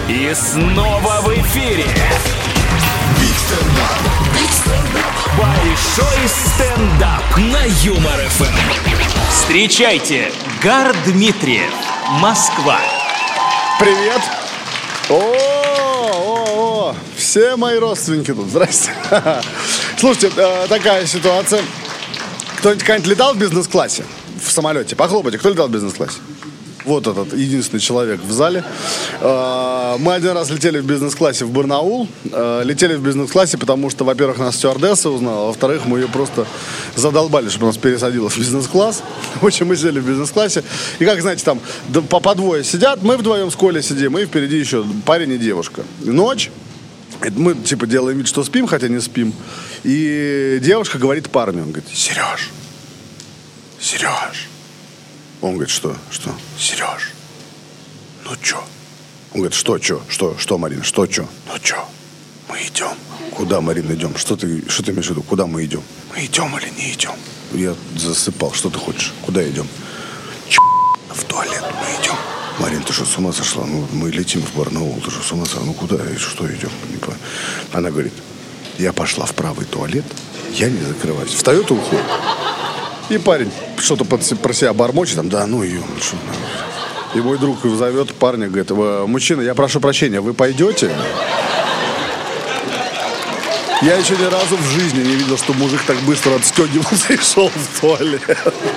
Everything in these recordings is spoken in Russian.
И снова в эфире большой стендап на Юмор ФМ. Встречайте, Гар Дмитриев, Москва. Привет. О, все мои родственники тут, здрасте. Слушайте, такая ситуация. Кто-нибудь когда-нибудь летал в бизнес-классе? В самолете? Похлопайте, кто летал в бизнес-классе? Вот этот единственный человек в зале. Мы один раз летели в бизнес-классе в Барнаул. Летели в бизнес-классе, потому что, во-первых, нас стюардесса узнала, а во-вторых, мы ее просто задолбали, чтобы нас пересадила в бизнес-класс. В общем, мы сели в бизнес-классе. И, как знаете, там по двое сидят, мы вдвоем с Колей сидим, и впереди еще парень и девушка. Ночь. Мы, типа, делаем вид, что спим, хотя не спим. И девушка говорит парню, он говорит: Сереж. Он говорит: что? Сереж, ну чё? Он говорит: что, Марина, что? Ну чё? Мы идем. Куда, Марина, идем? Что ты имеешь в виду? Куда мы идем? Мы идем или не идем? Я засыпал. Что ты хочешь? Куда идем? В туалет мы идем. Марин, ты что, с ума сошла? Ну, мы летим в Барнаул. Ты что, с ума сошла? Ну, куда и что идем? Она говорит: я пошла в правый туалет, я не закрываюсь. Встает и уходит. И парень что-то про себя бормочет, там: да, ну ее. И мой друг зовет парня, говорит: мужчина, я прошу прощения, вы пойдете? Я еще ни разу в жизни не видел, что мужик так быстро отстегивался и шел в туалет.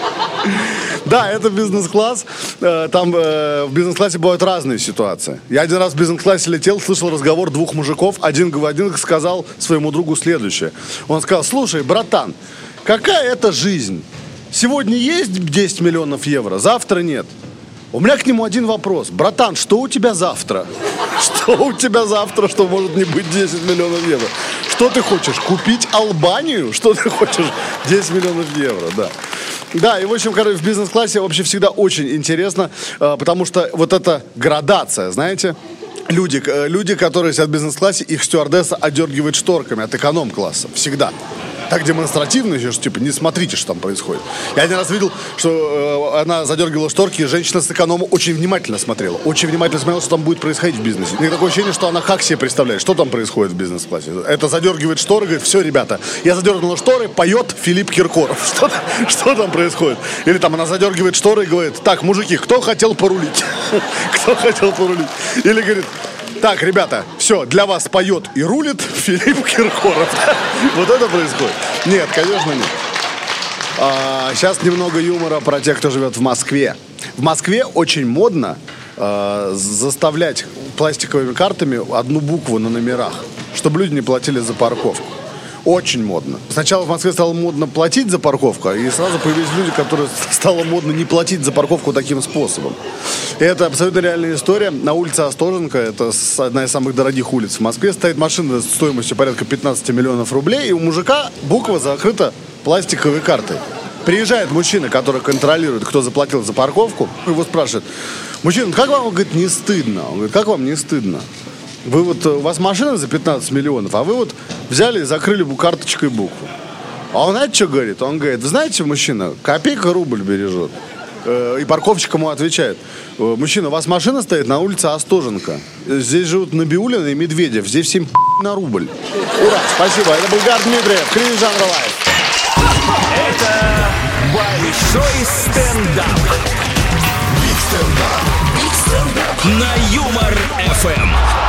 Да, это бизнес-класс. Там в бизнес-классе бывают разные ситуации. Я один раз в бизнес-классе летел, слышал разговор двух мужиков. Один сказал своему другу следующее. Он сказал: слушай, братан, какая это жизнь? Сегодня есть 10 миллионов евро, завтра нет. У меня к нему один вопрос. Братан, что у тебя завтра? Что у тебя завтра, что может не быть 10 миллионов евро? Что ты хочешь, купить Албанию? Что ты хочешь? 10 миллионов евро, да. Да, и в общем, в бизнес-классе вообще всегда очень интересно, потому что вот эта градация, знаете, люди, которые сидят в бизнес-классе, их стюардесса одергивает шторками от эконом-класса. Всегда. Так демонстративно еще, что типа не смотрите, что там происходит. Я один раз видел, что она задергивала шторки, и женщина с эконома очень внимательно смотрела. Очень внимательно смотрела, что там будет происходить в бизнесе. У меня такое ощущение, что она как себе представляет, что там происходит в бизнес-классе. Это задергивает шторы, говорит: все, ребята, я задергнула шторы, поет Филипп Киркоров. Что там происходит? Или там она задергивает шторы и говорит: так, мужики, кто хотел порулить? Кто хотел порулить? Или говорит: так, ребята, все, для вас поет и рулит Филипп Киркоров. Вот это происходит? Нет, конечно, нет. Сейчас немного юмора про тех, кто живет в Москве. В Москве очень модно заставлять пластиковыми картами одну букву на номерах, чтобы люди не платили за парковку. Очень модно. Сначала в Москве стало модно платить за парковку, и сразу появились люди, которые стало модно не платить за парковку таким способом. И это абсолютно реальная история. На улице Остоженко, это одна из самых дорогих улиц в Москве, стоит машина стоимостью порядка 15 миллионов рублей, и у мужика буква закрыта пластиковой картой. Приезжает мужчина, который контролирует, кто заплатил за парковку, его спрашивает: мужчина, как вам, он говорит, не стыдно? Он говорит: как вам не стыдно? У вас машина за 15 миллионов, а вы взяли и закрыли карточкой букву. А он, знаете, что говорит? Он говорит: вы знаете, мужчина, копейка рубль бережет. И парковщик ему отвечает: мужчина, у вас машина стоит на улице Остоженко. Здесь живут Набиуллина и Медведев. Здесь всем на рубль. Ура, спасибо. Это был Гар Дмитриев, Кринж Жанра Лайв. Это большой стендап. Биг стендап. На Юмор ФМ.